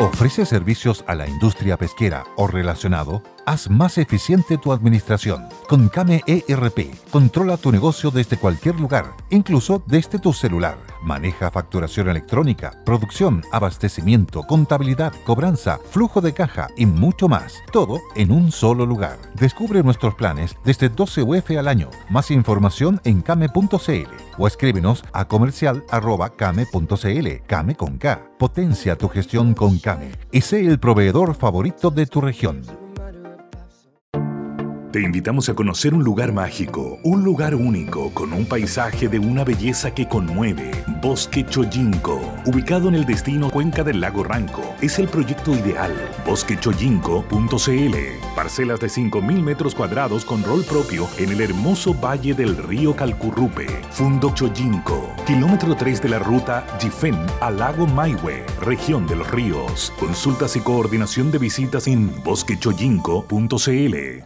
¿Ofrece servicios a la industria pesquera o relacionado? Haz más eficiente tu administración. Con Kame ERP, controla tu negocio desde cualquier lugar, incluso desde tu celular. Maneja facturación electrónica, producción, abastecimiento, contabilidad, cobranza, flujo de caja y mucho más. Todo en un solo lugar. Descubre nuestros planes desde 12 UF al año. Más información en kame.cl o escríbenos a comercial@kame.cl. Kame con K. Potencia tu gestión con Kame y sé el proveedor favorito de tu región. Te invitamos a conocer un lugar mágico, un lugar único, con un paisaje de una belleza que conmueve. Bosque Chojinco, ubicado en el destino Cuenca del Lago Ranco, es el proyecto ideal. Bosquechojinco.cl. Parcelas de 5.000 metros cuadrados con rol propio en el hermoso valle del río Calcurrupe. Fundo Chojinco, kilómetro 3 de la ruta Jifén al lago Maihue, región de los ríos. Consultas y coordinación de visitas en bosquechojinco.cl.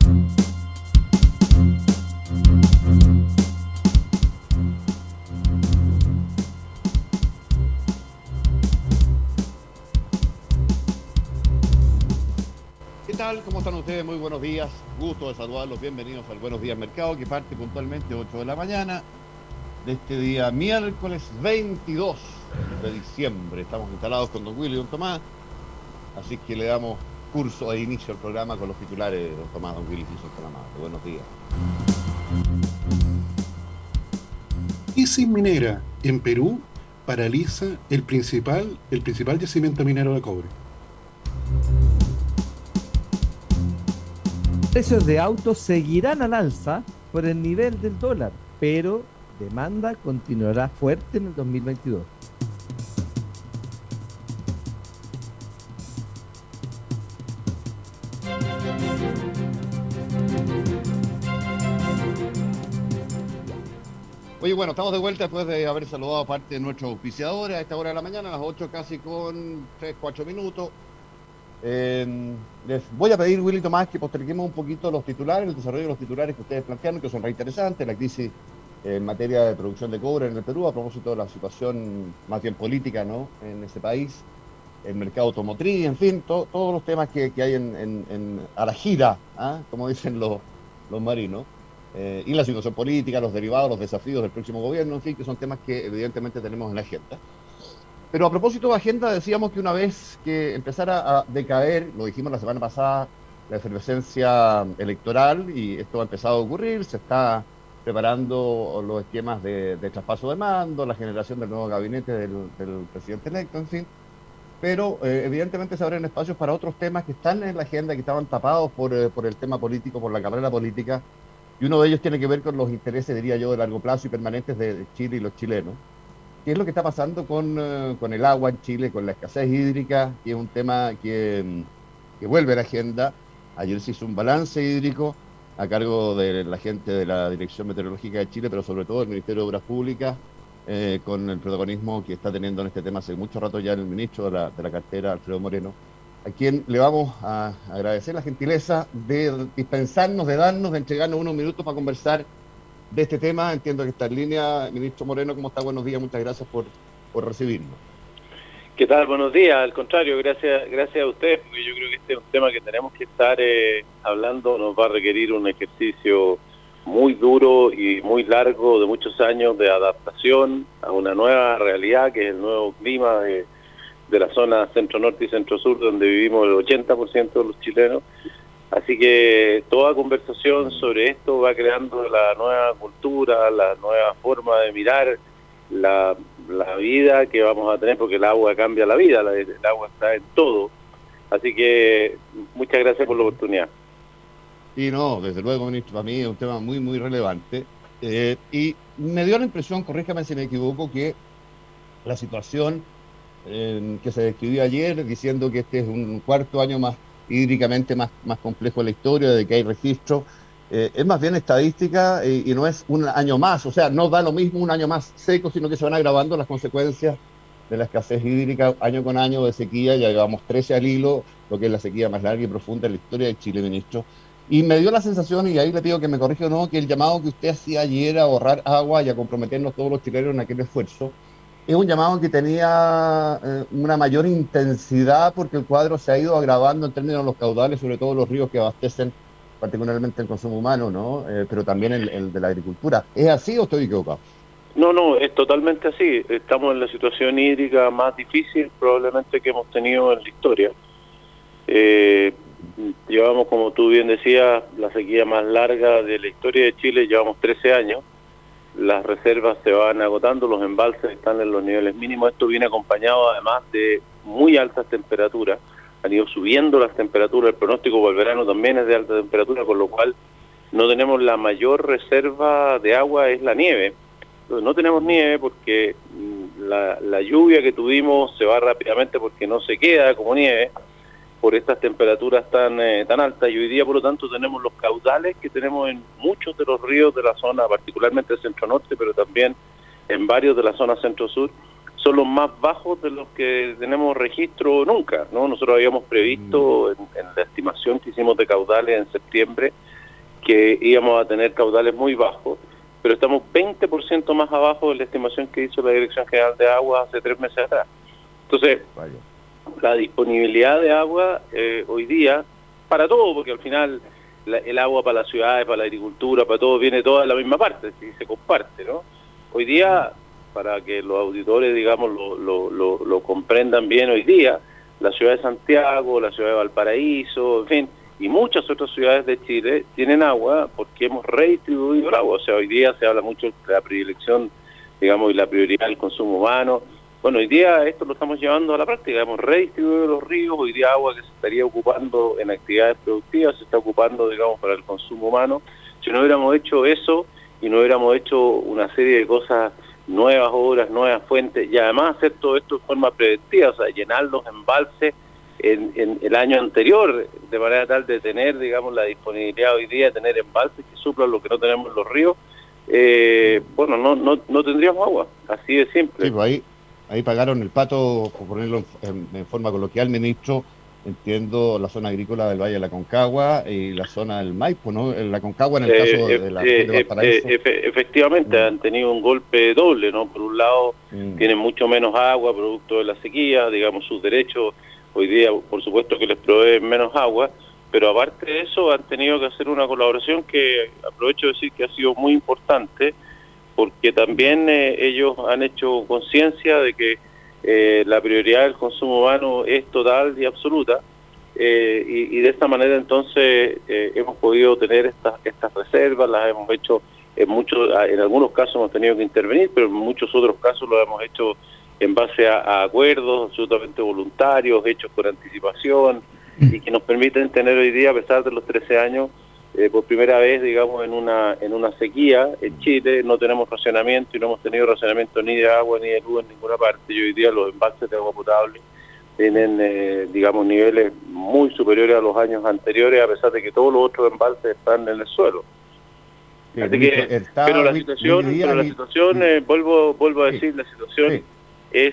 ¿Qué tal? ¿Cómo están ustedes? Muy buenos días. Gusto de saludarlos. Bienvenidos al Buenos Días Mercado, que parte puntualmente 8 de la mañana de este día miércoles 22 de diciembre. Estamos instalados con don Willy y don Tomás, así que le damos curso e inicio al programa con los titulares de don Tomás, don Willy y don Tomás. Buenos días. Isis Minera en Perú paraliza el principal yacimiento minero de cobre. Precios de autos seguirán al alza por el nivel del dólar, pero demanda continuará fuerte en el 2022. Oye, bueno, estamos de vuelta después de haber saludado a parte de nuestros auspiciadores a esta hora de la mañana, a las 8 casi con 3-4 minutos. Les voy a pedir, Willy y Tomás, que posterguemos un poquito los titulares, el desarrollo de los titulares que ustedes plantearon, que son re interesantes, la crisis en materia de producción de cobre en el Perú, a propósito de la situación más bien política, ¿no?, en ese país, el mercado automotriz, en fin, todos los temas que hay a la gira, como dicen los marinos, y la situación política, los derivados, los desafíos del próximo gobierno, en fin, que son temas que evidentemente tenemos en la agenda. Pero a propósito de agenda, decíamos que una vez que empezara a decaer, lo dijimos la semana pasada, la efervescencia electoral, y esto ha empezado a ocurrir, se está preparando los esquemas de traspaso de mando, la generación del nuevo gabinete del presidente electo, en fin. Pero evidentemente se abren espacios para otros temas que están en la agenda, que estaban tapados por el tema político, por la carrera política, y uno de ellos tiene que ver con los intereses, diría yo, de largo plazo y permanentes de Chile y los chilenos. ¿Qué es lo que está pasando con el agua en Chile, con la escasez hídrica, que es un tema que vuelve a la agenda? Ayer se hizo un balance hídrico a cargo de la gente de la Dirección Meteorológica de Chile, pero sobre todo el Ministerio de Obras Públicas, con el protagonismo que está teniendo en este tema hace mucho rato ya el ministro de la cartera, Alfredo Moreno, a quien le vamos a agradecer la gentileza de dispensarnos, de entregarnos unos minutos para conversar de este tema. Entiendo que está en línea. Ministro Moreno, ¿cómo está? Buenos días, muchas gracias por recibirnos. ¿Qué tal? Buenos días. Al contrario, gracias a ustedes, porque yo creo que este es un tema que tenemos que estar hablando. Nos va a requerir un ejercicio muy duro y muy largo, de muchos años de adaptación a una nueva realidad, que es el nuevo clima de la zona centro-norte y centro-sur, donde vivimos el 80% de los chilenos. Así que toda conversación sobre esto va creando la nueva cultura, la nueva forma de mirar la vida que vamos a tener, porque el agua cambia la vida, el agua está en todo. Así que muchas gracias por la oportunidad. Y no, desde luego, ministro, para mí es un tema muy, muy relevante. Y me dio la impresión, corríjame si me equivoco, que la situación que se describió ayer, diciendo que este es un cuarto año más hídricamente más complejo de la historia, de que hay registro, es más bien estadística y no es un año más, o sea, no da lo mismo un año más seco, sino que se van agravando las consecuencias de la escasez hídrica año con año de sequía. Ya llevamos 13 al hilo, lo que es la sequía más larga y profunda en la historia de Chile, ministro. Y me dio la sensación, y ahí le pido que me corrija o no, que el llamado que usted hacía ayer a ahorrar agua y a comprometernos todos los chilenos en aquel esfuerzo, es un llamado que tenía una mayor intensidad porque el cuadro se ha ido agravando en términos de los caudales, sobre todo los ríos que abastecen particularmente el consumo humano, ¿no? Pero también el de la agricultura. ¿Es así o estoy equivocado? No, es totalmente así. Estamos en la situación hídrica más difícil probablemente que hemos tenido en la historia. Llevamos, como tú bien decías, la sequía más larga de la historia de Chile, llevamos 13 años. Las reservas se van agotando, los embalses están en los niveles mínimos. Esto viene acompañado además de muy altas temperaturas. Han ido subiendo las temperaturas, el pronóstico para el verano también es de alta temperatura, con lo cual no tenemos la mayor reserva de agua, es la nieve. Entonces, no tenemos nieve porque la lluvia que tuvimos se va rápidamente porque no se queda como nieve por estas temperaturas tan altas, y hoy día por lo tanto tenemos los caudales que tenemos en muchos de los ríos de la zona, particularmente el centro-norte, pero también en varios de la zona centro-sur, son los más bajos de los que tenemos registro nunca, ¿no? Nosotros habíamos previsto en la estimación que hicimos de caudales en septiembre que íbamos a tener caudales muy bajos, pero estamos 20% más abajo de la estimación que hizo la Dirección General de Agua hace 3 meses atrás. Entonces, la disponibilidad de agua hoy día, para todo, porque al final el agua para las ciudades, para la agricultura, para todo, viene toda de la misma parte, si se comparte, ¿no? Hoy día, para que los auditores, digamos, lo comprendan bien hoy día, la ciudad de Santiago, la ciudad de Valparaíso, en fin, y muchas otras ciudades de Chile tienen agua porque hemos redistribuido el agua. O sea, hoy día se habla mucho de la predilección, digamos, y la prioridad del consumo humano. Bueno, hoy día esto lo estamos llevando a la práctica, hemos redistribuido los ríos, hoy día agua que se estaría ocupando en actividades productivas se está ocupando, digamos, para el consumo humano. Si no hubiéramos hecho eso y no hubiéramos hecho una serie de cosas, nuevas obras, nuevas fuentes, y además hacer todo esto de forma preventiva, o sea, llenar los embalses en el año anterior, de manera tal de tener, digamos, la disponibilidad hoy día de tener embalses que suplan lo que no tenemos en los ríos, bueno, no tendríamos agua, así de simple. Sí, pues ahí pagaron el pato, por ponerlo en forma coloquial, ministro. Entiendo la zona agrícola del Valle de la Concagua y la zona del Maipo, ¿no? La Concagua en el caso de la de Valparaíso. Efectivamente, han tenido un golpe doble, ¿no? Por un lado, tienen mucho menos agua producto de la sequía, digamos, sus derechos hoy día, por supuesto que les proveen menos agua, pero aparte de eso han tenido que hacer una colaboración que aprovecho de decir que ha sido muy importante, porque también ellos han hecho conciencia de que la prioridad del consumo humano es total y absoluta, y de esta manera entonces hemos podido tener estas reservas, las hemos hecho en algunos casos hemos tenido que intervenir, pero en muchos otros casos lo hemos hecho en base a acuerdos absolutamente voluntarios, hechos con anticipación, y que nos permiten tener hoy día, a pesar de los 13 años, por primera vez, digamos, en una sequía en Chile, no tenemos racionamiento y no hemos tenido racionamiento ni de agua ni de luz en ninguna parte, y hoy día los embalses de agua potable tienen, digamos, niveles muy superiores a los años anteriores, a pesar de que todos los otros embalses están en el suelo. Sí, así que, pero la situación, vuelvo a decir, la situación sí. es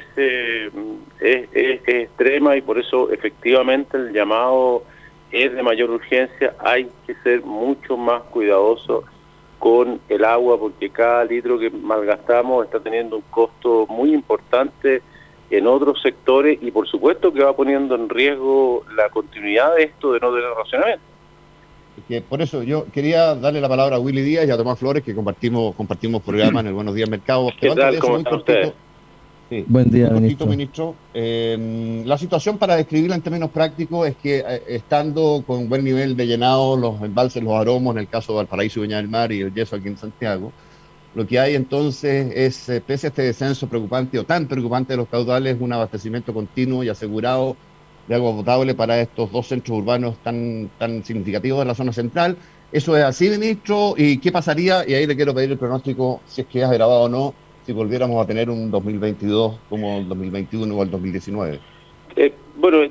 extrema, y por eso efectivamente el llamado es de mayor urgencia. Hay que ser mucho más cuidadosos con el agua, porque cada litro que malgastamos está teniendo un costo muy importante en otros sectores, y por supuesto que va poniendo en riesgo la continuidad de esto de no tener racionamiento. Que por eso yo quería darle la palabra a Willy Díaz y a Tomás Flores, que compartimos programa en el Buenos Días Mercado. ¿Qué tal? ¿Cómo están ustedes? Sí. Buen día, ministro. La situación, para describirla en términos prácticos, es que estando con buen nivel de llenado los embalses, los aromos, en el caso de Valparaíso y Viña del Mar, y el yeso aquí en Santiago, lo que hay entonces es, pese a este descenso preocupante o tan preocupante de los caudales, un abastecimiento continuo y asegurado de agua potable para estos dos centros urbanos tan significativos de la zona central. ¿Eso es así, ministro? ¿Y qué pasaría? Y ahí le quiero pedir el pronóstico, si es que es agravado o no, si volviéramos a tener un 2022 como el 2021 o el 2019. Bueno,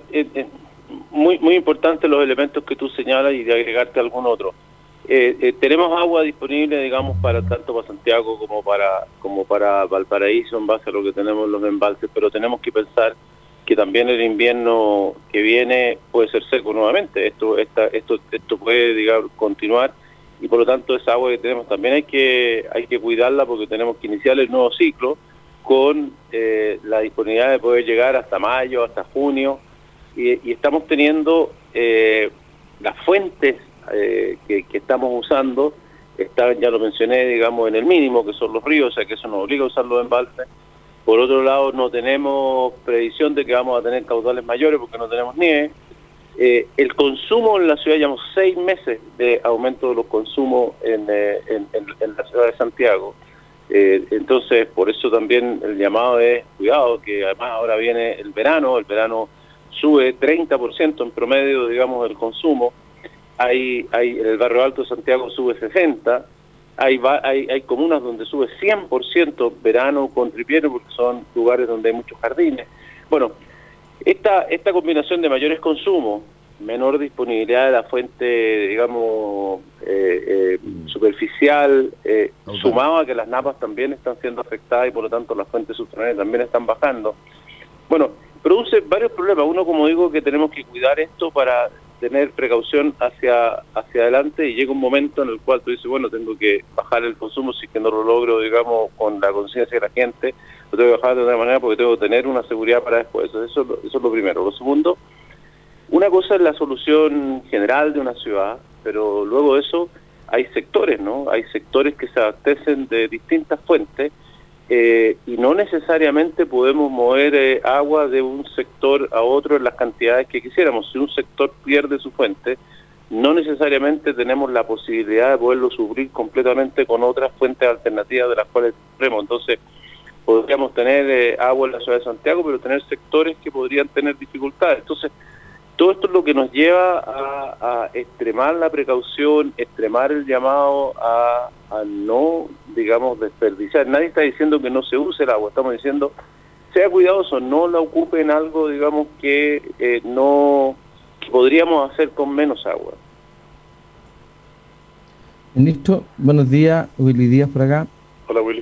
muy importante los elementos que tú señalas, y de agregarte algún otro. Tenemos agua disponible, digamos, tanto para Santiago como para Valparaíso, en base a lo que tenemos en los embalses, pero tenemos que pensar que también el invierno que viene puede ser seco nuevamente. Esto puede, digamos, continuar, y por lo tanto esa agua que tenemos también hay que cuidarla, porque tenemos que iniciar el nuevo ciclo, con la disponibilidad de poder llegar hasta mayo, hasta junio, y estamos teniendo las fuentes que estamos usando, están, ya lo mencioné, digamos, en el mínimo, que son los ríos, o sea que eso nos obliga a usar los embalses. Por otro lado, no tenemos previsión de que vamos a tener caudales mayores porque no tenemos nieve. El consumo en la ciudad, llevamos 6 meses de aumento de los consumos en la ciudad de Santiago. Entonces, por eso también el llamado es cuidado, que además ahora viene el verano sube 30% en promedio, digamos, el consumo. En el barrio alto de Santiago sube 60%. Hay comunas donde sube 100% verano con tripiero, porque son lugares donde hay muchos jardines. Bueno, esta combinación de mayores consumos, menor disponibilidad de la fuente, digamos, superficial, sumado a que las napas también están siendo afectadas y por lo tanto las fuentes subterráneas también están bajando. Bueno, produce varios problemas. Uno, como digo, que tenemos que cuidar esto para tener precaución hacia adelante, y llega un momento en el cual tú dices, bueno, tengo que bajar el consumo, si es que no lo logro, digamos, con la conciencia de la gente, lo tengo que bajar de otra manera porque tengo que tener una seguridad para después. Eso es lo primero. Lo segundo, una cosa es la solución general de una ciudad, pero luego de eso hay sectores, ¿no? Hay sectores que se abastecen de distintas fuentes, y no necesariamente podemos mover agua de un sector a otro en las cantidades que quisiéramos. Si un sector pierde su fuente, no necesariamente tenemos la posibilidad de poderlo suplir completamente con otras fuentes alternativas de las cuales tenemos. Entonces, podríamos tener agua en la ciudad de Santiago, pero tener sectores que podrían tener dificultades. Entonces, todo esto es lo que nos lleva a extremar la precaución, extremar el llamado a no, digamos, desperdiciar. Nadie está diciendo que no se use el agua, estamos diciendo, sea cuidadoso, no la ocupe en algo, digamos, que podríamos hacer con menos agua. Ministro, buenos días, Willy Díaz por acá. Hola, Willy.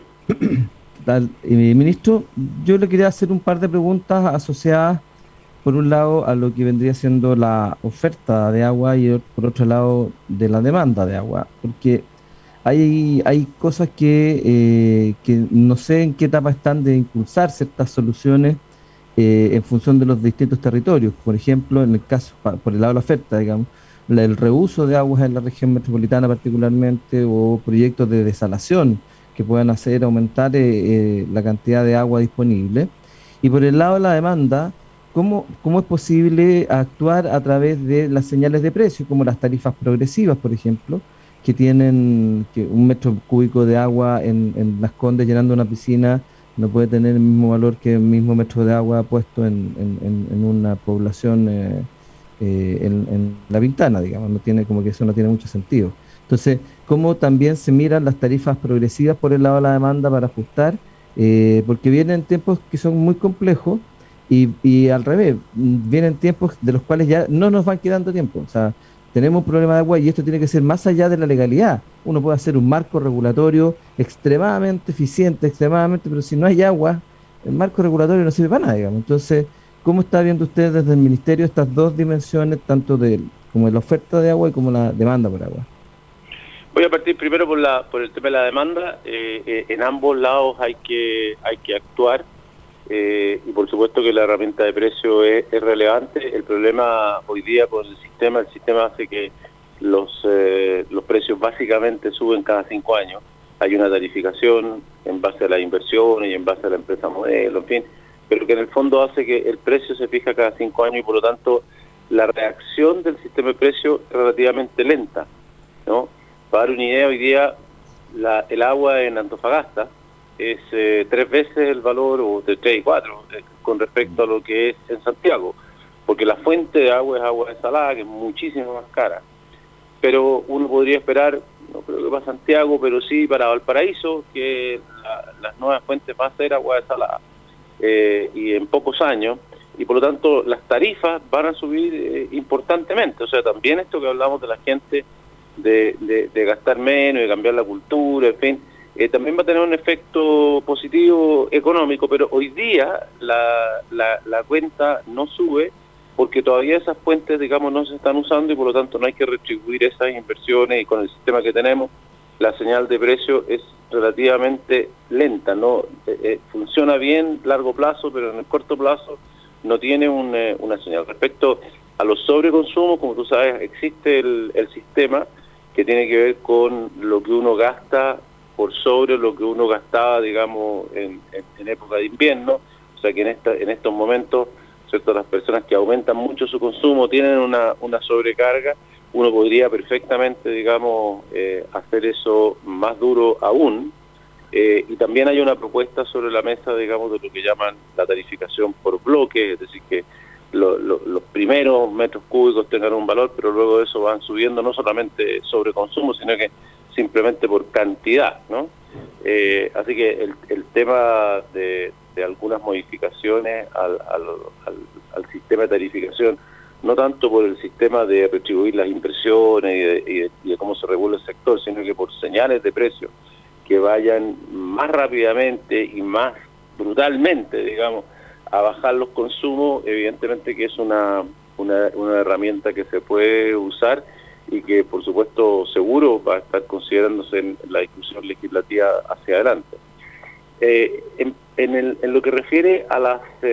Ministro, yo le quería hacer un par de preguntas asociadas, por un lado, a lo que vendría siendo la oferta de agua y por otro lado, de la demanda de agua, porque hay cosas que no sé en qué etapa están de impulsar ciertas soluciones en función de los distintos territorios. Por ejemplo, en el caso, por el lado de la oferta, digamos, el reuso de aguas en la región metropolitana particularmente, o proyectos de desalación que puedan hacer aumentar la cantidad de agua disponible. Y por el lado de la demanda, ¿cómo es posible actuar a través de las señales de precio, como las tarifas progresivas, por ejemplo, que tienen que un metro cúbico de agua en Las Condes llenando una piscina no puede tener el mismo valor que el mismo metro de agua puesto en una población en La Pintana, digamos? No tiene, como que eso no tiene mucho sentido. Entonces, ¿cómo también se miran las tarifas progresivas por el lado de la demanda para ajustar? Porque vienen tiempos que son muy complejos, y al revés, vienen tiempos de los cuales ya no nos van quedando tiempo. O sea, tenemos un problema de agua y esto tiene que ser más allá de la legalidad. Uno puede hacer un marco regulatorio extremadamente eficiente, pero si no hay agua, el marco regulatorio no sirve para nada, digamos. Entonces, ¿cómo está viendo usted desde el Ministerio estas dos dimensiones, tanto como la oferta de agua y como la demanda por agua? Voy a partir primero por el tema de la demanda. En ambos lados hay que actuar. Y por supuesto que la herramienta de precio es relevante. El problema hoy día con el sistema hace que los precios básicamente suben cada 5 años. Hay una tarificación en base a las inversiones y en base a la empresa modelo, en fin, pero que en el fondo hace que el precio se fija cada 5 años y por lo tanto la reacción del sistema de precio es relativamente lenta, ¿no? Para dar una idea, hoy día el agua en Antofagasta es 3 veces el valor, o de 3 y 4, con respecto a lo que es en Santiago, porque la fuente de agua es agua desalada, que es muchísimo más cara. Pero uno podría esperar, no creo que para Santiago, pero sí para Valparaíso, que las nuevas fuentes va a ser agua desalada, y en pocos años, y por lo tanto las tarifas van a subir importantemente. O sea, también esto que hablamos de la gente de gastar menos, de cambiar la cultura, en fin, también va a tener un efecto positivo económico, pero hoy día la cuenta no sube porque todavía esas fuentes, digamos, no se están usando y por lo tanto no hay que retribuir esas inversiones, y con el sistema que tenemos la señal de precio es relativamente lenta, no funciona bien a largo plazo, pero en el corto plazo no tiene una señal. Respecto a los sobreconsumos, como tú sabes, existe el sistema que tiene que ver con lo que uno gasta por sobre lo que uno gastaba, digamos, en época de invierno. O sea que en estos momentos, ¿cierto?, las personas que aumentan mucho su consumo tienen una sobrecarga. Uno podría perfectamente, digamos, hacer eso más duro aún. Y también hay una propuesta sobre la mesa, digamos, de lo que llaman la tarificación por bloque, es decir, que los primeros metros cúbicos tengan un valor, pero luego de eso van subiendo no solamente sobre consumo, sino que simplemente por cantidad, ¿no? Así que el tema de algunas modificaciones al sistema de tarificación, no tanto por el sistema de retribuir las impresiones y de cómo se regula el sector, sino que por señales de precio que vayan más rápidamente y más brutalmente, digamos, a bajar los consumos, evidentemente que es una herramienta que se puede usar y que, por supuesto, seguro va a estar considerándose en la discusión legislativa hacia adelante. En lo que refiere a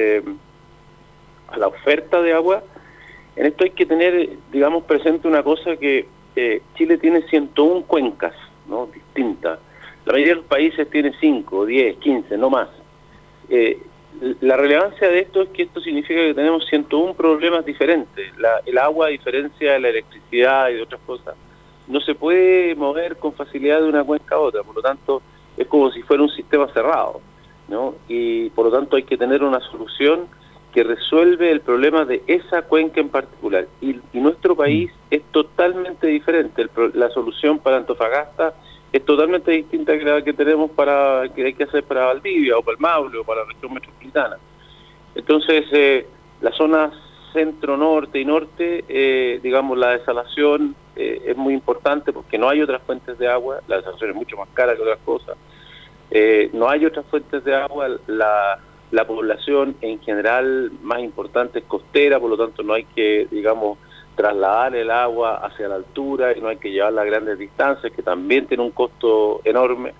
la oferta de agua, en esto hay que tener, digamos, presente una cosa, que Chile tiene 101 cuencas, ¿no?, distintas. La mayoría de los países tiene 5, 10, 15, no más. La relevancia de esto es que esto significa que tenemos 101 problemas diferentes. El agua, a diferencia de la electricidad y de otras cosas, no se puede mover con facilidad de una cuenca a otra. Por lo tanto, es como si fuera un sistema cerrado, ¿no? Y por lo tanto hay que tener una solución que resuelve el problema de esa cuenca en particular. Y nuestro país es totalmente diferente. La solución para Antofagasta es totalmente distinta que la que tenemos que hay que hacer para Valdivia o para el Maule o para la región metropolitana. Entonces, la zona centro-norte y norte, digamos, la desalación es muy importante porque no hay otras fuentes de agua. La desalación es mucho más cara que otras cosas. No hay otras fuentes de agua. La población en general más importante es costera, por lo tanto no hay que, digamos, trasladar el agua hacia la altura y no hay que llevarla a grandes distancias, que también tiene un costo enorme.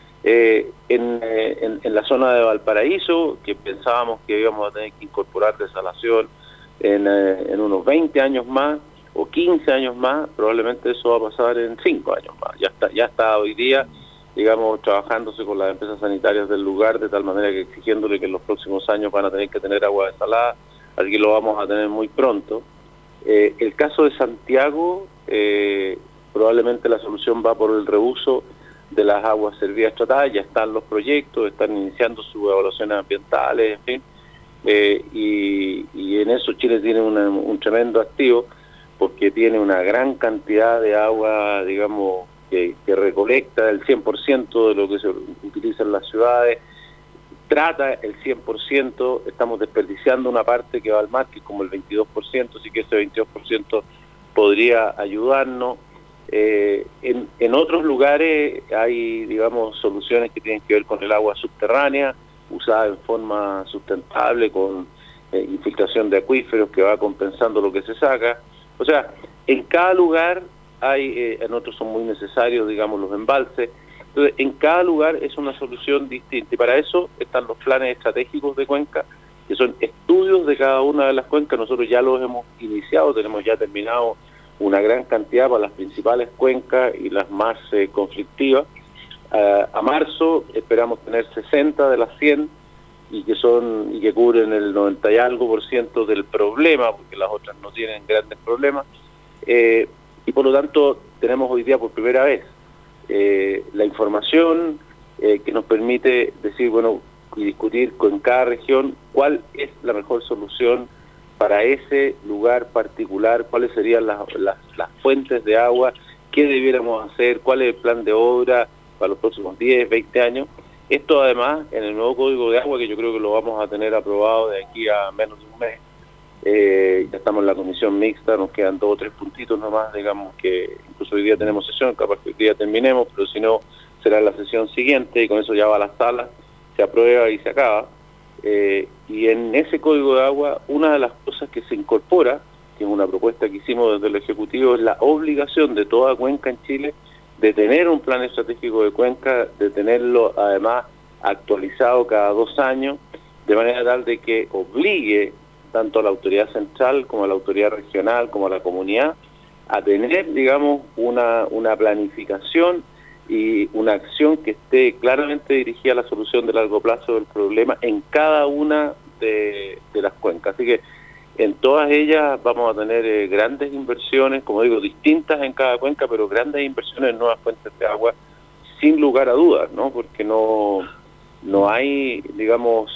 En la zona de Valparaíso, que pensábamos que íbamos a tener que incorporar desalación en unos 20 años más o 15 años más, probablemente eso va a pasar en 5 años más. Ya está hoy día, digamos, trabajándose con las empresas sanitarias del lugar, de tal manera que exigiéndole que en los próximos años van a tener que tener agua desalada, así que lo vamos a tener muy pronto. El caso de Santiago, probablemente la solución va por el reuso de las aguas servidas tratadas. Ya están los proyectos, están iniciando sus evaluaciones ambientales, en fin, y en eso Chile tiene un tremendo activo, porque tiene una gran cantidad de agua, digamos, que recolecta el 100% de lo que se utiliza en las ciudades, trata el 100%, estamos desperdiciando una parte que va al mar, que es como el 22%, así que ese 22% podría ayudarnos. En otros lugares hay, digamos, soluciones que tienen que ver con el agua subterránea, usada en forma sustentable, con infiltración de acuíferos que va compensando lo que se saca. O sea, en cada lugar hay, en otros son muy necesarios, digamos, los embalses. Entonces, en cada lugar es una solución distinta, y para eso están los planes estratégicos de cuenca, que son estudios de cada una de las cuencas. Nosotros ya los hemos iniciado, tenemos ya terminado una gran cantidad para las principales cuencas y las más conflictivas. A marzo esperamos tener 60 de las 100 y que cubren el 90 y algo % del problema, porque las otras no tienen grandes problemas. Y por lo tanto tenemos hoy día por primera vez la información que nos permite decir, bueno, y discutir con cada región cuál es la mejor solución para ese lugar particular, cuáles serían las fuentes de agua, qué debiéramos hacer, cuál es el plan de obra para los próximos 10, 20 años. Esto además en el nuevo Código de Agua, que yo creo que lo vamos a tener aprobado de aquí a menos de un mes. Ya estamos en la comisión mixta, nos quedan 2 o 3 puntitos nomás, digamos que incluso hoy día tenemos sesión, capaz que hoy día terminemos, pero si no será la sesión siguiente y con eso ya va a la sala, se aprueba y se acaba. Y en ese Código de Agua, una de las cosas que se incorpora, que es una propuesta que hicimos desde el Ejecutivo, es la obligación de toda cuenca en Chile de tener un plan estratégico de cuenca, de tenerlo además actualizado cada 2 años, de manera tal de que obligue tanto a la autoridad central como a la autoridad regional como a la comunidad a tener, digamos, una planificación y una acción que esté claramente dirigida a la solución de largo plazo del problema en cada una de las cuencas. Así que en todas ellas vamos a tener grandes inversiones, como digo, distintas en cada cuenca, pero grandes inversiones en nuevas fuentes de agua, sin lugar a dudas, ¿no? Porque no hay, digamos,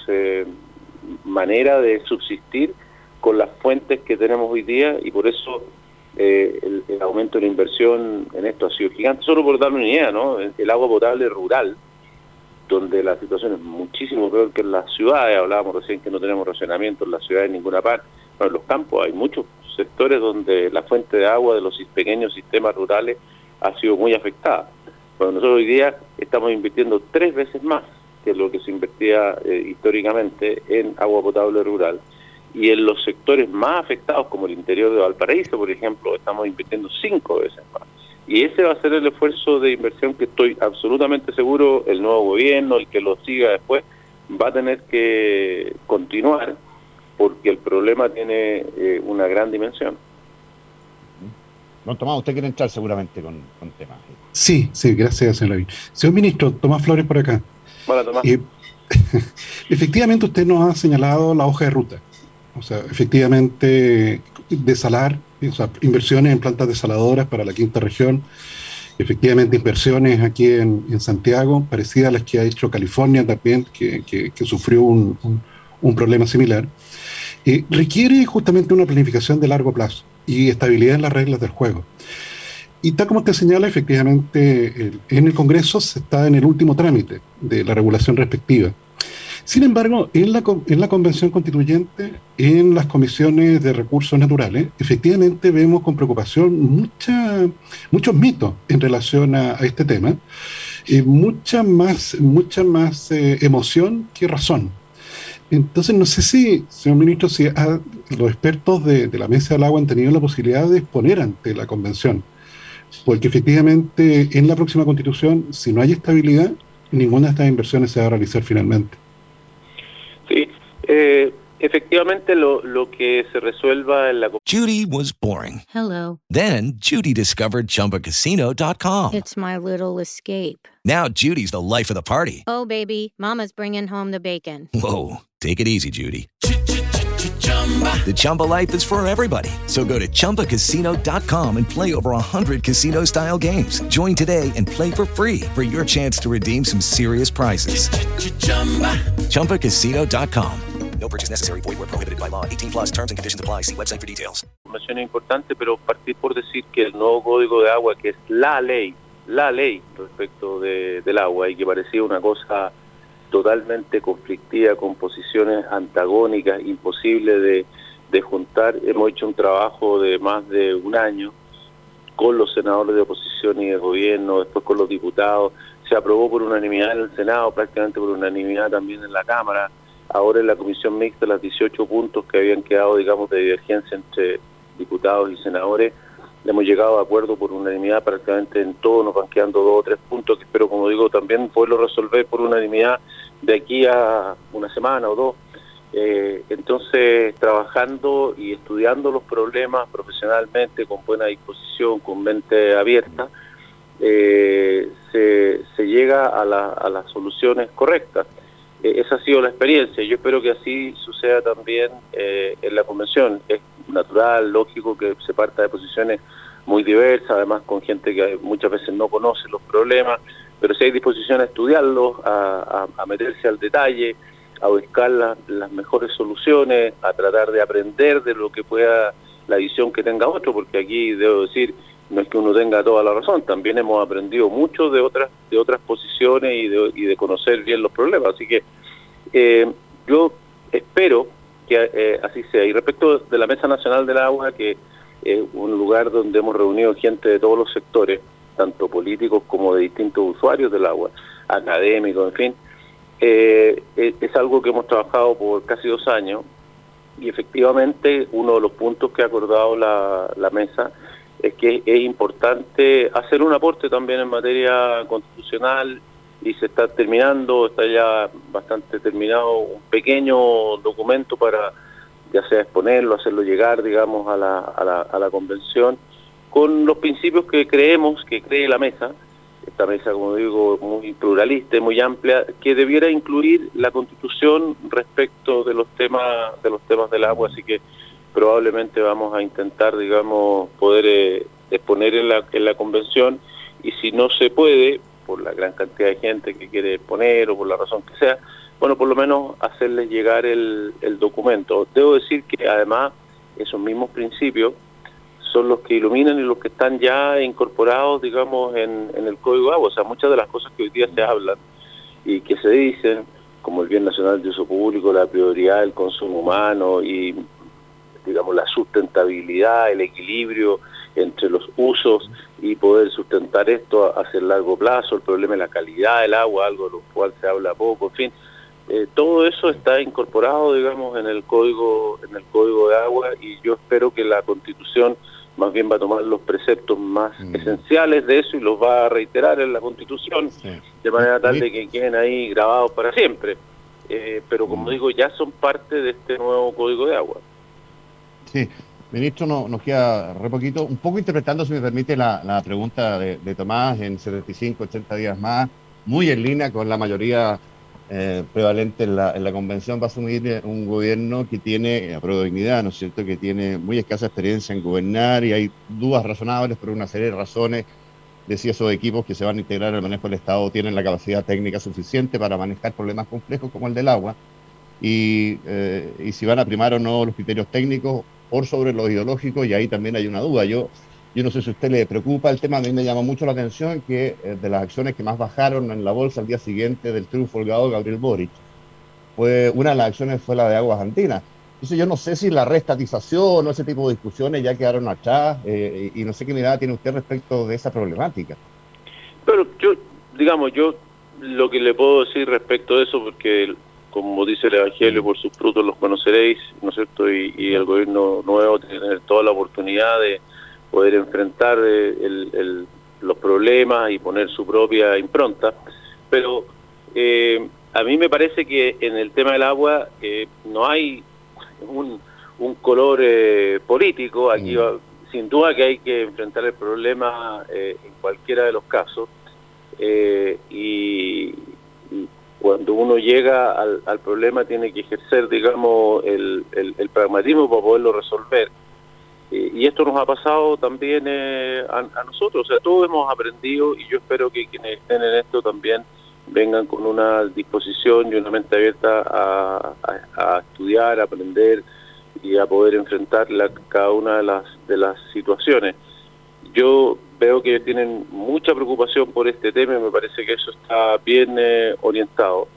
manera de subsistir con las fuentes que tenemos hoy día, y por eso el aumento de la inversión en esto ha sido gigante. Solo por darle una idea, ¿no? El agua potable rural, donde la situación es muchísimo peor que en las ciudades. Hablábamos recién que no tenemos racionamiento en las ciudades en ninguna parte. Bueno, en los campos hay muchos sectores donde la fuente de agua de los pequeños sistemas rurales ha sido muy afectada. Bueno, nosotros hoy día estamos invirtiendo 3 veces más que lo que se invertía históricamente en agua potable rural. Y en los sectores más afectados, como el interior de Valparaíso, por ejemplo, estamos invirtiendo 5 veces más. Y ese va a ser el esfuerzo de inversión que estoy absolutamente seguro el nuevo gobierno, el que lo siga después, va a tener que continuar, porque el problema tiene una gran dimensión. Don Tomás, usted quiere entrar seguramente con temas. Sí, gracias, señor Lavín. Señor ministro, Tomás Flores por acá. Hola, Tomás. Efectivamente, usted nos ha señalado la hoja de ruta. O sea, efectivamente, desalar, o sea, inversiones en plantas desaladoras para la quinta región, efectivamente inversiones aquí en Santiago, parecidas a las que ha hecho California también, que sufrió un problema similar. Requiere justamente una planificación de largo plazo y estabilidad en las reglas del juego. Y tal como usted señala, efectivamente, en el Congreso se está en el último trámite de la regulación respectiva. Sin embargo, en la Convención Constituyente, en las comisiones de recursos naturales, efectivamente vemos con preocupación muchos mitos en relación a este tema, mucha más emoción que razón. Entonces, no sé si, señor ministro, si los expertos de la Mesa del Agua han tenido la posibilidad de exponer ante la Convención, porque efectivamente en la próxima Constitución, si no hay estabilidad, ninguna de estas inversiones se va a realizar finalmente. Sí, efectivamente lo que se resuelva en la... Judy was boring. Hello. Then Judy discovered ChumbaCasino.com. It's my little escape. Now Judy's the life of the party. Oh, baby, mama's bringing home the bacon. Whoa, take it easy, Judy. The Chumba life is for everybody. So go to ChumbaCasino.com and play over 100 casino-style games. Join today and play for free for your chance to redeem some serious prizes. ChumbaCasino.com. No purchase necessary. Void where prohibited by law. 18+ terms and conditions apply. See website for details. Información importante, pero partir por decir que el nuevo Código de Agua, que es la ley respecto del agua, y que parecía una cosa totalmente conflictiva, con posiciones antagónicas, imposible de juntar. Hemos hecho un trabajo de más de un año con los senadores de oposición y de gobierno, después con los diputados. Se aprobó por unanimidad en el Senado, prácticamente por unanimidad también en la Cámara. Ahora en la comisión mixta, los 18 puntos que habían quedado, digamos, de divergencia entre diputados y senadores, hemos llegado a acuerdo por unanimidad prácticamente en todo. Nos van quedando 2 o 3 puntos que espero, como digo, también poderlo resolver por unanimidad de aquí a una semana o 2. Entonces, trabajando y estudiando los problemas profesionalmente, con buena disposición, con mente abierta, se llega a las soluciones correctas. Esa ha sido la experiencia. Yo espero que así suceda también en la Convención. Es natural, lógico que se parta de posiciones muy diversas, además con gente que muchas veces no conoce los problemas, pero si hay disposición a estudiarlos, a meterse al detalle, a buscar las mejores soluciones, a tratar de aprender de lo que pueda la visión que tenga otro, porque aquí debo decir, no es que uno tenga toda la razón, también hemos aprendido mucho de otras posiciones y de conocer bien los problemas, así que yo espero que así sea. Y respecto de la Mesa Nacional del Agua, que es un lugar donde hemos reunido gente de todos los sectores, tanto políticos como de distintos usuarios del agua, académicos, en fin, es algo que hemos trabajado por casi 2 años, y efectivamente uno de los puntos que ha acordado la mesa es que es importante hacer un aporte también en materia constitucional, y se está terminando, está ya bastante terminado, un pequeño documento para ya sea exponerlo, hacerlo llegar, digamos, a la convención, con los principios que creemos que cree la mesa, esta mesa, como digo, muy pluralista y muy amplia, que debiera incluir la Constitución respecto de los temas del agua. Así que probablemente vamos a intentar, digamos, poder exponer en la convención, y si no se puede, por la gran cantidad de gente que quiere exponer o por la razón que sea, bueno, por lo menos hacerles llegar el documento. Debo decir que además esos mismos principios son los que iluminan y los que están ya incorporados, digamos, en el Código de Agua. O sea, muchas de las cosas que hoy día se hablan y que se dicen, como el bien nacional de uso público, la prioridad del consumo humano y, digamos, la sustentabilidad, el equilibrio entre los usos y poder sustentar esto hacia el largo plazo, el problema de la calidad del agua, algo de lo cual se habla poco, en fin, todo eso está incorporado, digamos, en el código de agua, y yo espero que la Constitución más bien va a tomar los preceptos más esenciales de eso y los va a reiterar en la Constitución, de manera tal de que queden ahí grabados para siempre. Pero como digo, ya son parte de este nuevo Código de Agua. Sí, ministro, nos queda re poquito, un poco interpretando, si me permite, la pregunta de Tomás, en 75, 80 días más, muy en línea con la mayoría prevalente en la convención, va a asumir un gobierno que tiene, a prueba de dignidad, ¿no es cierto?, que tiene muy escasa experiencia en gobernar, y hay dudas razonables por una serie de razones de si esos equipos que se van a integrar al manejo del Estado tienen la capacidad técnica suficiente para manejar problemas complejos como el del agua, y si van a primar o no los criterios técnicos por sobre los ideológicos, y ahí también hay una duda. Yo no sé si a usted le preocupa el tema. A mí me llama mucho la atención que de las acciones que más bajaron en la bolsa al día siguiente del triunfo holgado de Gabriel Boric, una de las acciones fue la de Aguas Andinas. Entonces yo no sé si la reestatización o ese tipo de discusiones ya quedaron atrás, y no sé qué mirada tiene usted respecto de esa problemática. Pero yo lo que le puedo decir respecto de eso, porque como dice el Evangelio, por sus frutos los conoceréis, ¿no es cierto? Y el gobierno nuevo tiene que tener toda la oportunidad de poder enfrentar los problemas y poner su propia impronta. Pero a mí me parece que en el tema del agua no hay un color político. Aquí sin duda que hay que enfrentar el problema en cualquiera de los casos, y cuando uno llega al problema tiene que ejercer, digamos, el pragmatismo para poderlo resolver. Y esto nos ha pasado también a nosotros. O sea, todos hemos aprendido, y yo espero que quienes estén en esto también vengan con una disposición y una mente abierta a estudiar, a aprender y a poder enfrentar cada una de las situaciones. Yo veo que tienen mucha preocupación por este tema y me parece que eso está bien orientado.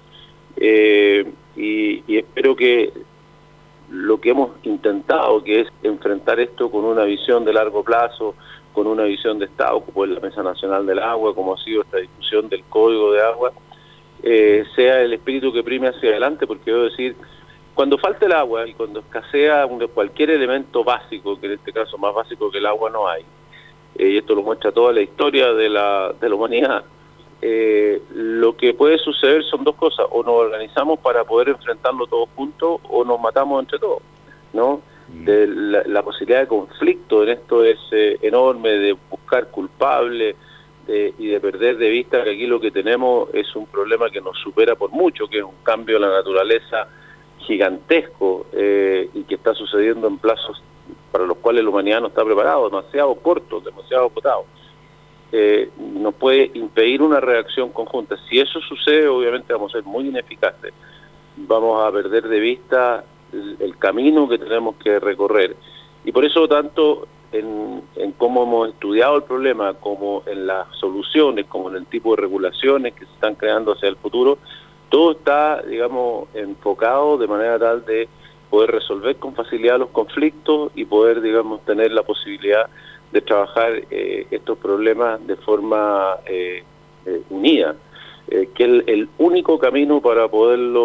Y espero que lo que hemos intentado, que es enfrentar esto con una visión de largo plazo, con una visión de Estado, como es la Mesa Nacional del Agua, como ha sido esta discusión del Código de Agua, sea el espíritu que prime hacia adelante, porque debo decir, cuando falta el agua y cuando escasea cualquier elemento básico, que en este caso más básico que el agua no hay, y esto lo muestra toda la historia de la humanidad, lo que puede suceder son dos cosas: o nos organizamos para poder enfrentarlo todos juntos, o nos matamos entre todos, ¿no? La posibilidad de conflicto en esto es enorme, de buscar culpables y de perder de vista que aquí lo que tenemos es un problema que nos supera por mucho, que es un cambio de la naturaleza gigantesco, y que está sucediendo en plazos para los cuales la humanidad no está preparada, demasiado cortos, demasiado acotados. Nos puede impedir una reacción conjunta. Si eso sucede, obviamente vamos a ser muy ineficaces, vamos a perder de vista el camino que tenemos que recorrer, y por eso tanto en cómo hemos estudiado el problema, como en las soluciones, como en el tipo de regulaciones que se están creando hacia el futuro, todo está, digamos, enfocado de manera tal de poder resolver con facilidad los conflictos y poder, digamos, tener la posibilidad de trabajar estos problemas de forma unida, que es el único camino para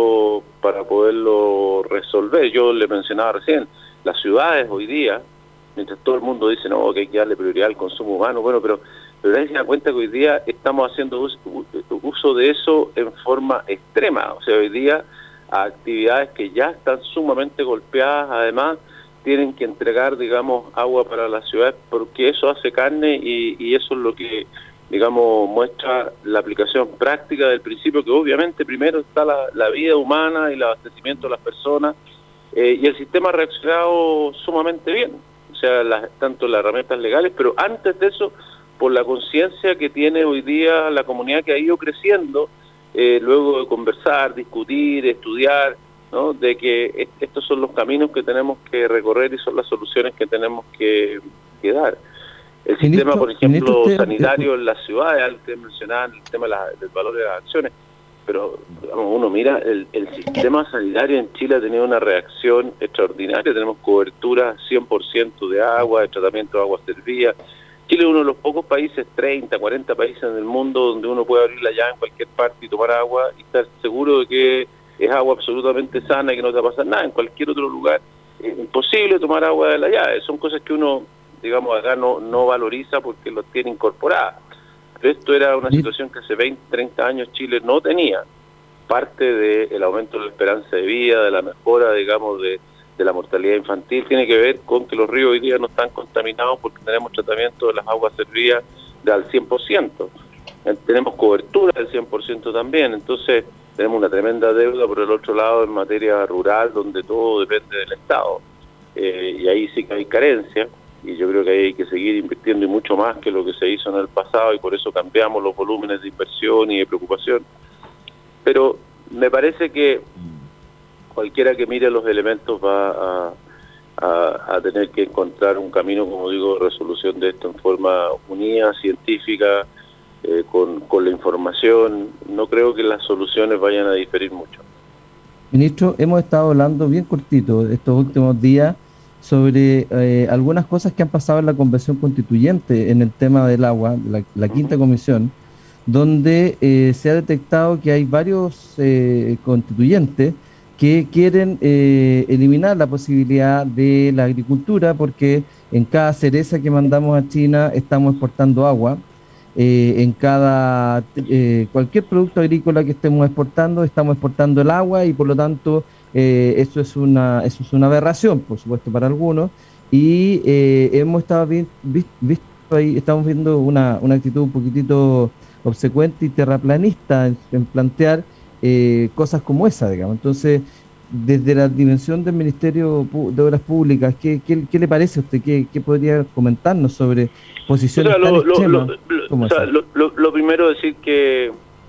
poderlo resolver. Yo le mencionaba recién, las ciudades hoy día mientras todo el mundo dice no, que hay que darle prioridad al consumo humano, bueno, pero nadie se da cuenta que hoy día estamos haciendo uso de eso en forma extrema. O sea, hoy día a actividades que ya están sumamente golpeadas, además tienen que entregar, digamos, agua para la ciudad, porque eso hace carne y eso es lo que, digamos, muestra la aplicación práctica del principio, que obviamente primero está la vida humana y el abastecimiento de las personas, y el sistema ha reaccionado sumamente bien, o sea, tanto las herramientas legales, pero antes de eso, por la conciencia que tiene hoy día la comunidad, que ha ido creciendo, luego de conversar, discutir, estudiar, ¿no? De que estos son los caminos que tenemos que recorrer y son las soluciones que tenemos que dar. El sistema, por ejemplo, sanitario en las ciudades, antes mencionaban el tema del valor de las acciones, pero digamos, uno mira, el sistema sanitario en Chile ha tenido una reacción extraordinaria, tenemos cobertura 100% de agua, de tratamiento de agua servida. Chile es uno de los pocos países, 30, 40 países en el mundo, donde uno puede abrir la llave en cualquier parte y tomar agua y estar seguro de que es agua absolutamente sana y que no te va a pasar nada. En cualquier otro lugar es imposible tomar agua de la llave. Son cosas que uno, digamos, acá no valoriza porque lo tiene incorporada. Pero esto era una situación que hace 20, 30 años Chile no tenía. Parte del aumento de la esperanza de vida, de la mejora, digamos, de la mortalidad infantil, tiene que ver con que los ríos hoy día no están contaminados porque tenemos tratamiento de las aguas servidas al 100%. Tenemos cobertura del 100% también, entonces tenemos una tremenda deuda por el otro lado en materia rural, donde todo depende del Estado, y ahí sí que hay carencia, y yo creo que ahí hay que seguir invirtiendo y mucho más que lo que se hizo en el pasado, y por eso cambiamos los volúmenes de inversión y de preocupación. Pero me parece que cualquiera que mire los elementos va a tener que encontrar un camino, como digo, de resolución de esto en forma unida, científica, con la información. No creo que las soluciones vayan a diferir mucho. Ministro, hemos estado hablando bien cortito estos últimos días sobre algunas cosas que han pasado en la Convención Constituyente en el tema del agua, la quinta comisión, donde se ha detectado que hay varios constituyentes que quieren eliminar la posibilidad de la agricultura, porque en cada cereza que mandamos a China estamos exportando agua. En cada cualquier producto agrícola que estemos exportando, estamos exportando el agua, y por lo tanto eso es una aberración, por supuesto, para algunos, y hemos estado visto ahí, estamos viendo una actitud un poquitito obsecuente y terraplanista en plantear cosas como esa, digamos. Entonces, desde la dimensión del Ministerio de Obras Públicas, ¿qué le parece a usted? ¿Qué podría comentarnos sobre posiciones tan extremas como esa? Lo primero es decir que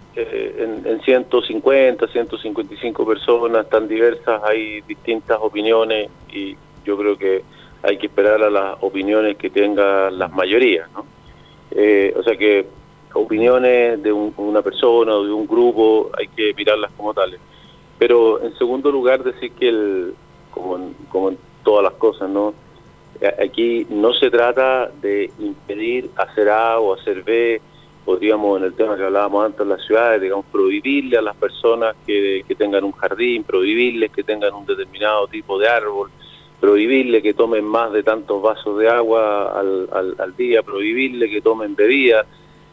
en 150, 155 personas tan diversas hay distintas opiniones, y yo creo que hay que esperar a las opiniones que tengan las mayorías, ¿no? O sea que opiniones de una persona o de un grupo hay que mirarlas como tales. Pero en segundo lugar, decir que como en todas las cosas, ¿no? Aquí no se trata de impedir hacer A o hacer B, o digamos en el tema que hablábamos antes en las ciudades, digamos, prohibirle a las personas que tengan un jardín, prohibirles que tengan un determinado tipo de árbol, prohibirle que tomen más de tantos vasos de agua al día, prohibirle que tomen bebidas,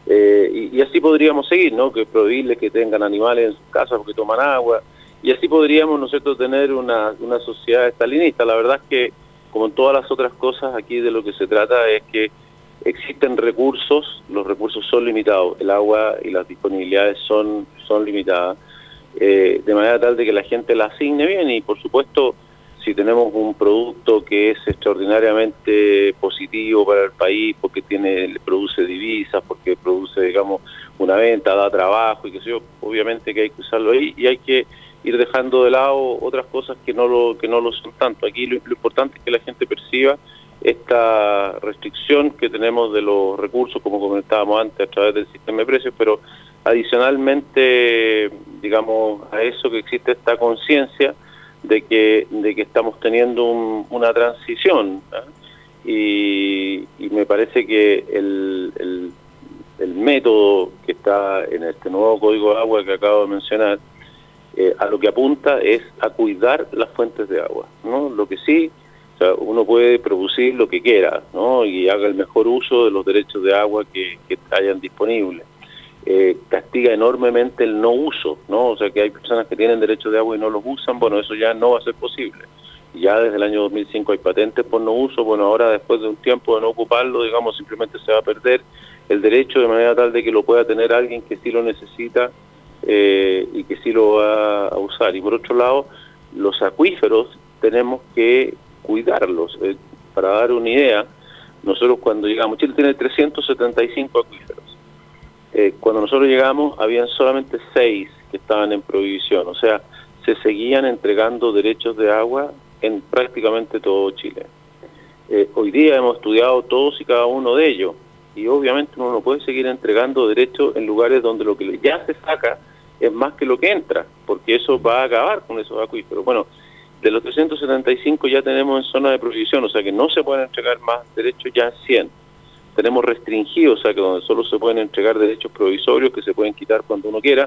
y así podríamos seguir, ¿no? Que prohibirles que tengan animales en sus casas porque toman agua, y así podríamos nosotros tener una sociedad estalinista. La verdad es que, como en todas las otras cosas, aquí de lo que se trata es que existen recursos, los recursos son limitados, el agua y las disponibilidades son limitadas, de manera tal de que la gente la asigne bien, y por supuesto, si tenemos un producto que es extraordinariamente positivo para el país, porque produce divisas, porque produce, digamos, una venta, da trabajo y qué sé yo, obviamente que hay que usarlo ahí, y hay que ir dejando de lado otras cosas que no lo son tanto. Aquí lo importante es que la gente perciba esta restricción que tenemos de los recursos, como comentábamos antes, a través del sistema de precios, pero adicionalmente, digamos, a eso, que existe esta conciencia de que estamos teniendo una transición, ¿eh? y me parece que el método que está en este nuevo Código de Agua que acabo de mencionar, a lo que apunta es a cuidar las fuentes de agua, ¿no? Lo que sí, o sea, uno puede producir lo que quiera, ¿no? Y haga el mejor uso de los derechos de agua que hayan disponibles. Castiga enormemente el no uso, ¿no? O sea, que hay personas que tienen derechos de agua y no los usan, bueno, eso ya no va a ser posible. Ya desde el año 2005 hay patentes por no uso, bueno, ahora después de un tiempo de no ocuparlo, digamos, simplemente se va a perder el derecho de manera tal de que lo pueda tener alguien que sí lo necesita y que sí lo va a usar. Y por otro lado, los acuíferos tenemos que cuidarlos. Para dar una idea, nosotros cuando llegamos, Chile tiene 375 acuíferos. Cuando nosotros llegamos, habían solamente 6 que estaban en prohibición, o sea, se seguían entregando derechos de agua en prácticamente todo Chile. Hoy día hemos estudiado todos y cada uno de ellos, y obviamente uno no puede seguir entregando derechos en lugares donde lo que ya se saca es más que lo que entra, porque eso va a acabar con esos acuíferos. Bueno, de los 375 ya tenemos en zona de prohibición, o sea que no se pueden entregar más derechos ya en 100. Tenemos restringidos, o sea que donde solo se pueden entregar derechos provisorios que se pueden quitar cuando uno quiera,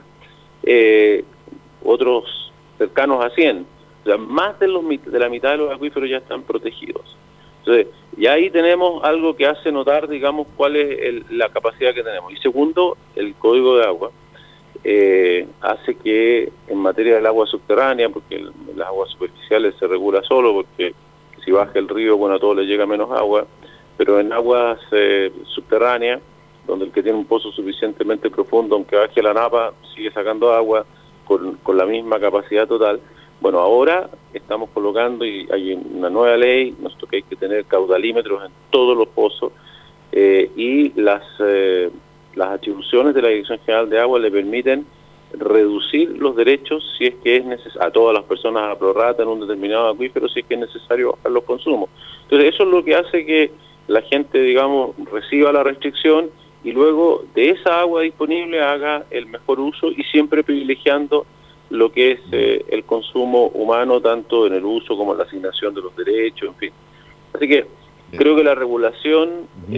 otros cercanos a 100. O sea, más de la mitad de los acuíferos ya están protegidos. Entonces, ya ahí tenemos algo que hace notar, digamos, cuál es la capacidad que tenemos. Y segundo, el Código de Agua hace que en materia del agua subterránea, porque las aguas superficiales se regula solo, porque si baja el río, bueno, a todos les llega menos agua, pero en aguas subterráneas, donde el que tiene un pozo suficientemente profundo, aunque baje la napa, sigue sacando agua con la misma capacidad total. Bueno, ahora estamos colocando, y hay una nueva ley, nos toca que tener caudalímetros en todos los pozos, y las atribuciones de la Dirección General de Agua le permiten reducir los derechos si es que es necesario, a todas las personas a prorrata en un determinado acuífero, si es que es necesario bajar los consumos. Entonces eso es lo que hace que la gente, digamos, reciba la restricción y luego de esa agua disponible haga el mejor uso, y siempre privilegiando lo que es el consumo humano, tanto en el uso como en la asignación de los derechos, en fin. Así que creo que la regulación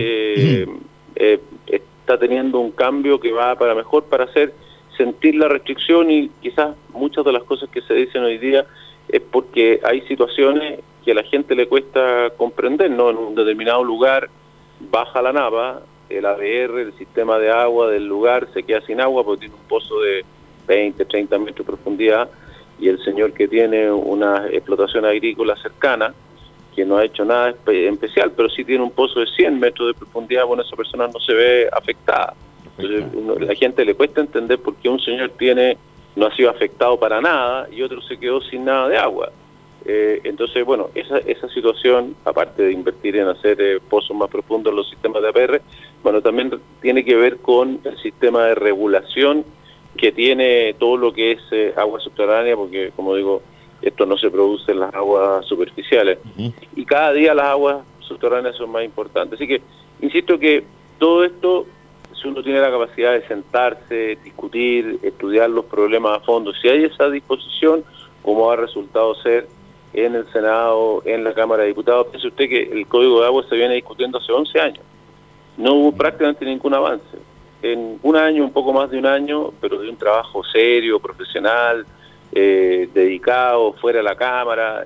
está teniendo un cambio que va para mejor, para hacer sentir la restricción, y quizás muchas de las cosas que se dicen hoy día es porque hay situaciones que a la gente le cuesta comprender, ¿no? En un determinado lugar baja la napa, el ABR, el sistema de agua del lugar se queda sin agua porque tiene un pozo de 20, 30 metros de profundidad, y el señor que tiene una explotación agrícola cercana, que no ha hecho nada especial, pero sí tiene un pozo de 100 metros de profundidad, bueno, esa persona no se ve afectada. Entonces, la gente le cuesta entender por qué un señor no ha sido afectado para nada y otro se quedó sin nada de agua. Entonces, bueno, esa situación, aparte de invertir en hacer pozos más profundos en los sistemas de APR, bueno, también tiene que ver con el sistema de regulación que tiene todo lo que es agua subterránea, porque, como digo, esto no se produce en las aguas superficiales. Y cada día las aguas subterráneas son más importantes. Así que, insisto que todo esto, si uno tiene la capacidad de sentarse, discutir, estudiar los problemas a fondo, si hay esa disposición, como ha resultado ser en el Senado, en la Cámara de Diputados, piense usted que el Código de Agua se viene discutiendo hace 11 años. No hubo prácticamente ningún avance. En un año, un poco más de un año, pero de un trabajo serio, profesional, dedicado, fuera de la Cámara,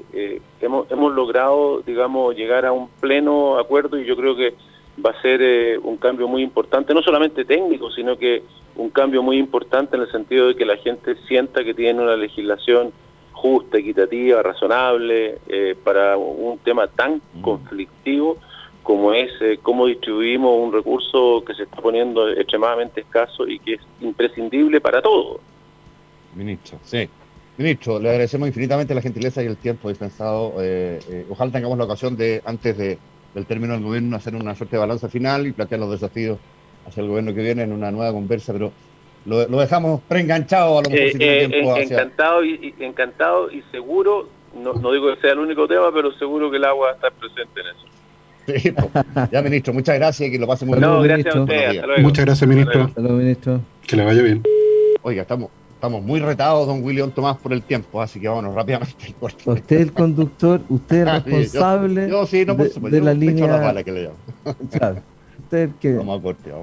hemos logrado, digamos, llegar a un pleno acuerdo, y yo creo que va a ser un cambio muy importante, no solamente técnico, sino que un cambio muy importante en el sentido de que la gente sienta que tiene una legislación justa, equitativa, razonable, para un tema tan conflictivo como es cómo distribuimos un recurso que se está poniendo extremadamente escaso y que es imprescindible para todos. Ministro, sí. Ministro, le agradecemos infinitamente la gentileza y el tiempo dispensado. Ojalá tengamos la ocasión de, antes del término del gobierno, hacer una suerte de balanza final y plantear los desafíos hacia el gobierno que viene en una nueva conversa, pero lo dejamos preenganchado a lo mejor si tiene tiempo. Encantado y seguro, no digo que sea el único tema, pero seguro que el agua está presente en eso. Sí, pues, ya, ministro, muchas gracias y que lo pase muy bien. No, gracias a usted, hasta luego. Muchas gracias, ministro. Hasta luego, ministro. Que le vaya bien. Oiga, estamos muy retados, don William Tomás, por el tiempo, así que vámonos rápidamente al corte. Usted es el conductor, usted es responsable yo sí, no, de la línea. La bala que le llamo. Claro, usted es el que... Vamos a corte.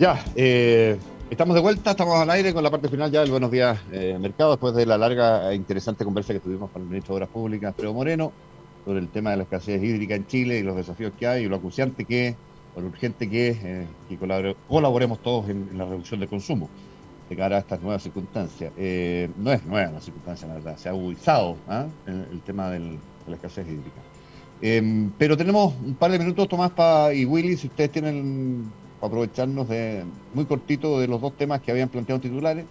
Ya, estamos de vuelta, estamos al aire con la parte final ya del Buenos Días Mercado, después de la larga e interesante conversa que tuvimos con el ministro de Obras Públicas, Alfredo Moreno, sobre el tema de la escasez hídrica en Chile y los desafíos que hay y lo acuciante que es, o lo urgente que es que colaboremos todos en la reducción del consumo de cara a estas nuevas circunstancias. No es nueva la circunstancia, la verdad, se ha agudizado el tema de la escasez hídrica. Pero tenemos un par de minutos, Tomás y Willy, si ustedes tienen para aprovecharnos de muy cortito de los dos temas que habían planteado titulares.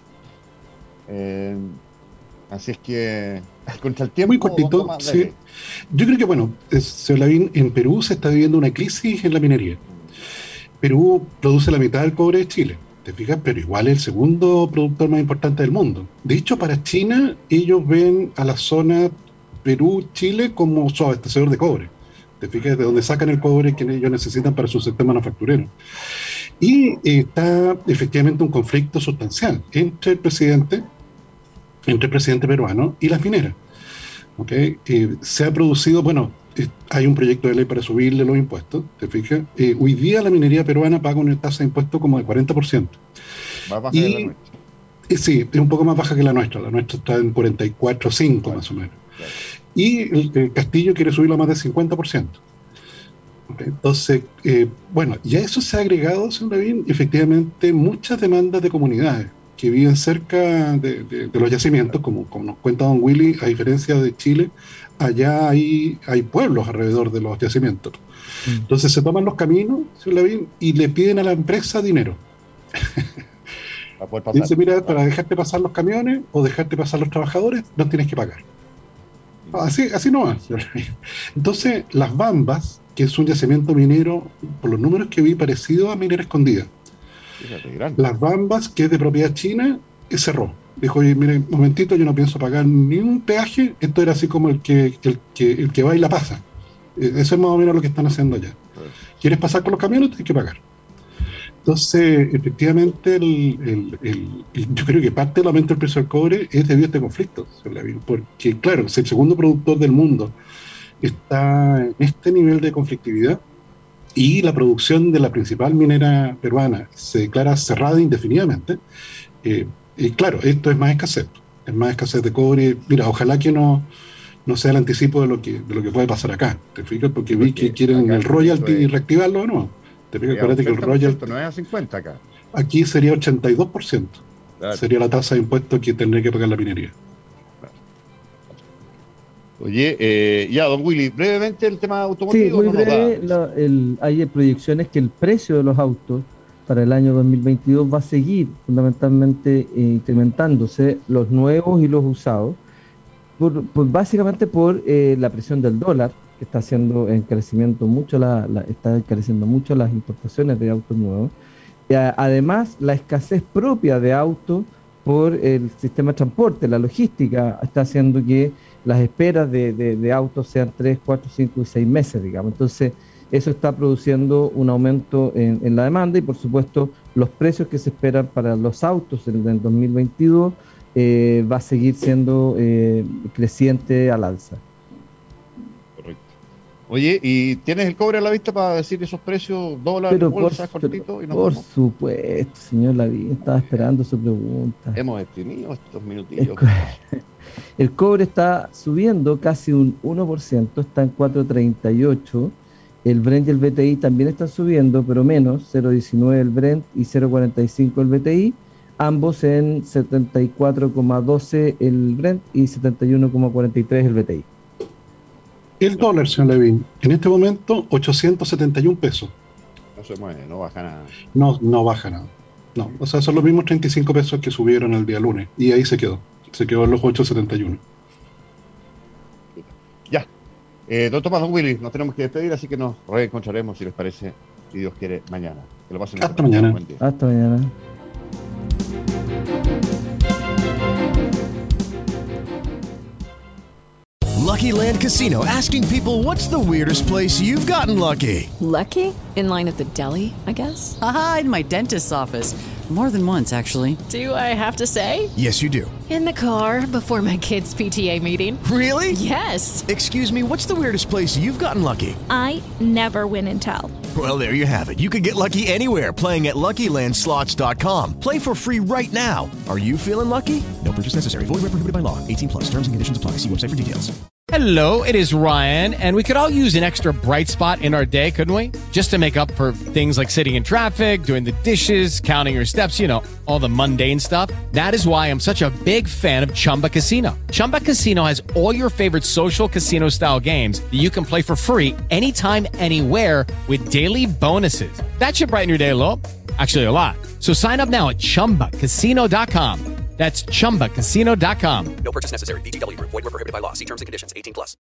Así es que, contra el tiempo... Muy cortito, sí. Yo creo que, bueno, señor Lavín, en Perú se está viviendo una crisis en la minería. Perú produce la mitad del cobre de Chile, ¿te fijas? Pero igual es el segundo productor más importante del mundo. De hecho, para China, ellos ven a la zona Perú-Chile como su abastecedor de cobre. ¿Te fijas? De donde sacan el cobre que ellos necesitan para su sistema manufacturero. Y está efectivamente un conflicto sustancial entre el presidente peruano y las mineras. ¿Okay? Se ha producido, bueno, hay un proyecto de ley para subirle los impuestos, ¿te fijas? Hoy día la minería peruana paga una tasa de impuestos como de 40%. Más baja que la nuestra. Sí, es un poco más baja que la nuestra está en 44,5 claro, más o menos. Claro. Y el Castillo quiere subirlo a más de 50%. Okay. Entonces, bueno, ya eso se ha agregado, señor Lavín, efectivamente muchas demandas de comunidades que viven cerca de los yacimientos, como nos cuenta don Willy, a diferencia de Chile, allá hay pueblos alrededor de los yacimientos. Entonces se toman los caminos, señor Lavín, y le piden a la empresa dinero. Dice, mira, para dejarte pasar los camiones o dejarte pasar los trabajadores, no tienes que pagar. Así no va. Entonces, las Bambas, que es un yacimiento minero, por los números que vi, parecido a Minera Escondida. Las Bambas, que es de propiedad china, cerró. Dijo, oye, mire, un momentito, yo no pienso pagar ni un peaje. Esto era así como el que va y la pasa. Eso es más o menos lo que están haciendo allá. ¿Quieres pasar con los camiones? Tienes que pagar. Entonces, efectivamente, yo creo que parte del aumento del precio del cobre es debido a este conflicto, porque, claro, si el segundo productor del mundo está en este nivel de conflictividad y la producción de la principal minera peruana se declara cerrada indefinidamente, claro, esto es más escasez de cobre. Mira, ojalá que no sea el anticipo de lo que puede pasar acá, ¿te fijas? Porque vi que quieren el royalty reactivarlo o no. Te fijas, acuérdate que el royalty no es a 50 acá. Aquí sería 82%. Claro. Sería la tasa de impuestos que tendría que pagar la minería. Oye, ya, don Willy, brevemente el tema automotriz. Sí, muy breve. Hay proyecciones que el precio de los autos para el año 2022 va a seguir fundamentalmente incrementándose, los nuevos y los usados, básicamente por la presión del dólar, que está haciendo encarecimiento mucho está encareciendo mucho las importaciones de autos nuevos. Y además, la escasez propia de autos por el sistema de transporte, la logística, está haciendo que las esperas de autos sean 3, 4, 5 y 6 meses, digamos. Entonces, eso está produciendo un aumento en la demanda y, por supuesto, los precios que se esperan para los autos en el 2022 va a seguir siendo creciente al alza. Correcto. Oye, ¿y tienes el cobre a la vista para decir esos precios, dólares, bolsas, cortito? Por supuesto, señor Lavín, estaba esperando su pregunta. Hemos exprimido estos minutillos. El cobre está subiendo casi un 1%, está en 4.38. El Brent y el BTI también están subiendo, pero menos, 0.19 el Brent y 0.45 el BTI, ambos en 74,12 el Brent y 71,43 el BTI. El dólar, señor Lavín, en este momento 871 pesos. No se mueve, no baja nada. No baja nada. No, o sea, son los mismos 35 pesos que subieron el día lunes y ahí se quedó en los 871. Ya. Don Tomás, don Willy, nos tenemos que despedir, así que nos reencontraremos, si les parece, si Dios quiere, mañana. Que lo pasen hasta mañana. Hasta mañana. Lucky Land Casino, asking people, what's the weirdest place you've gotten lucky? Lucky? In line at the deli, I guess? Aha, in my dentist's office. More than once, actually. Do I have to say? Yes, you do. In the car before my kids' PTA meeting. Really? Yes. Excuse me, what's the weirdest place you've gotten lucky? I never win and tell. Well, there you have it. You can get lucky anywhere, playing at LuckyLandSlots.com. Play for free right now. Are you feeling lucky? No purchase necessary. Void where prohibited by law. 18+. Terms and conditions apply. See website for details. Hello, it is Ryan, and we could all use an extra bright spot in our day, couldn't we? Just to make up for things like sitting in traffic, doing the dishes, counting your steps, you know, all the mundane stuff. That is why I'm such a big fan of Chumba Casino. Chumba Casino has all your favorite social casino-style games that you can play for free anytime, anywhere with daily bonuses. That should brighten your day a little. Actually, a lot. So sign up now at ChumbaCasino.com. That's ChumbaCasino.com. No purchase necessary. VGW Group. Void where prohibited by law. See terms and conditions. 18+.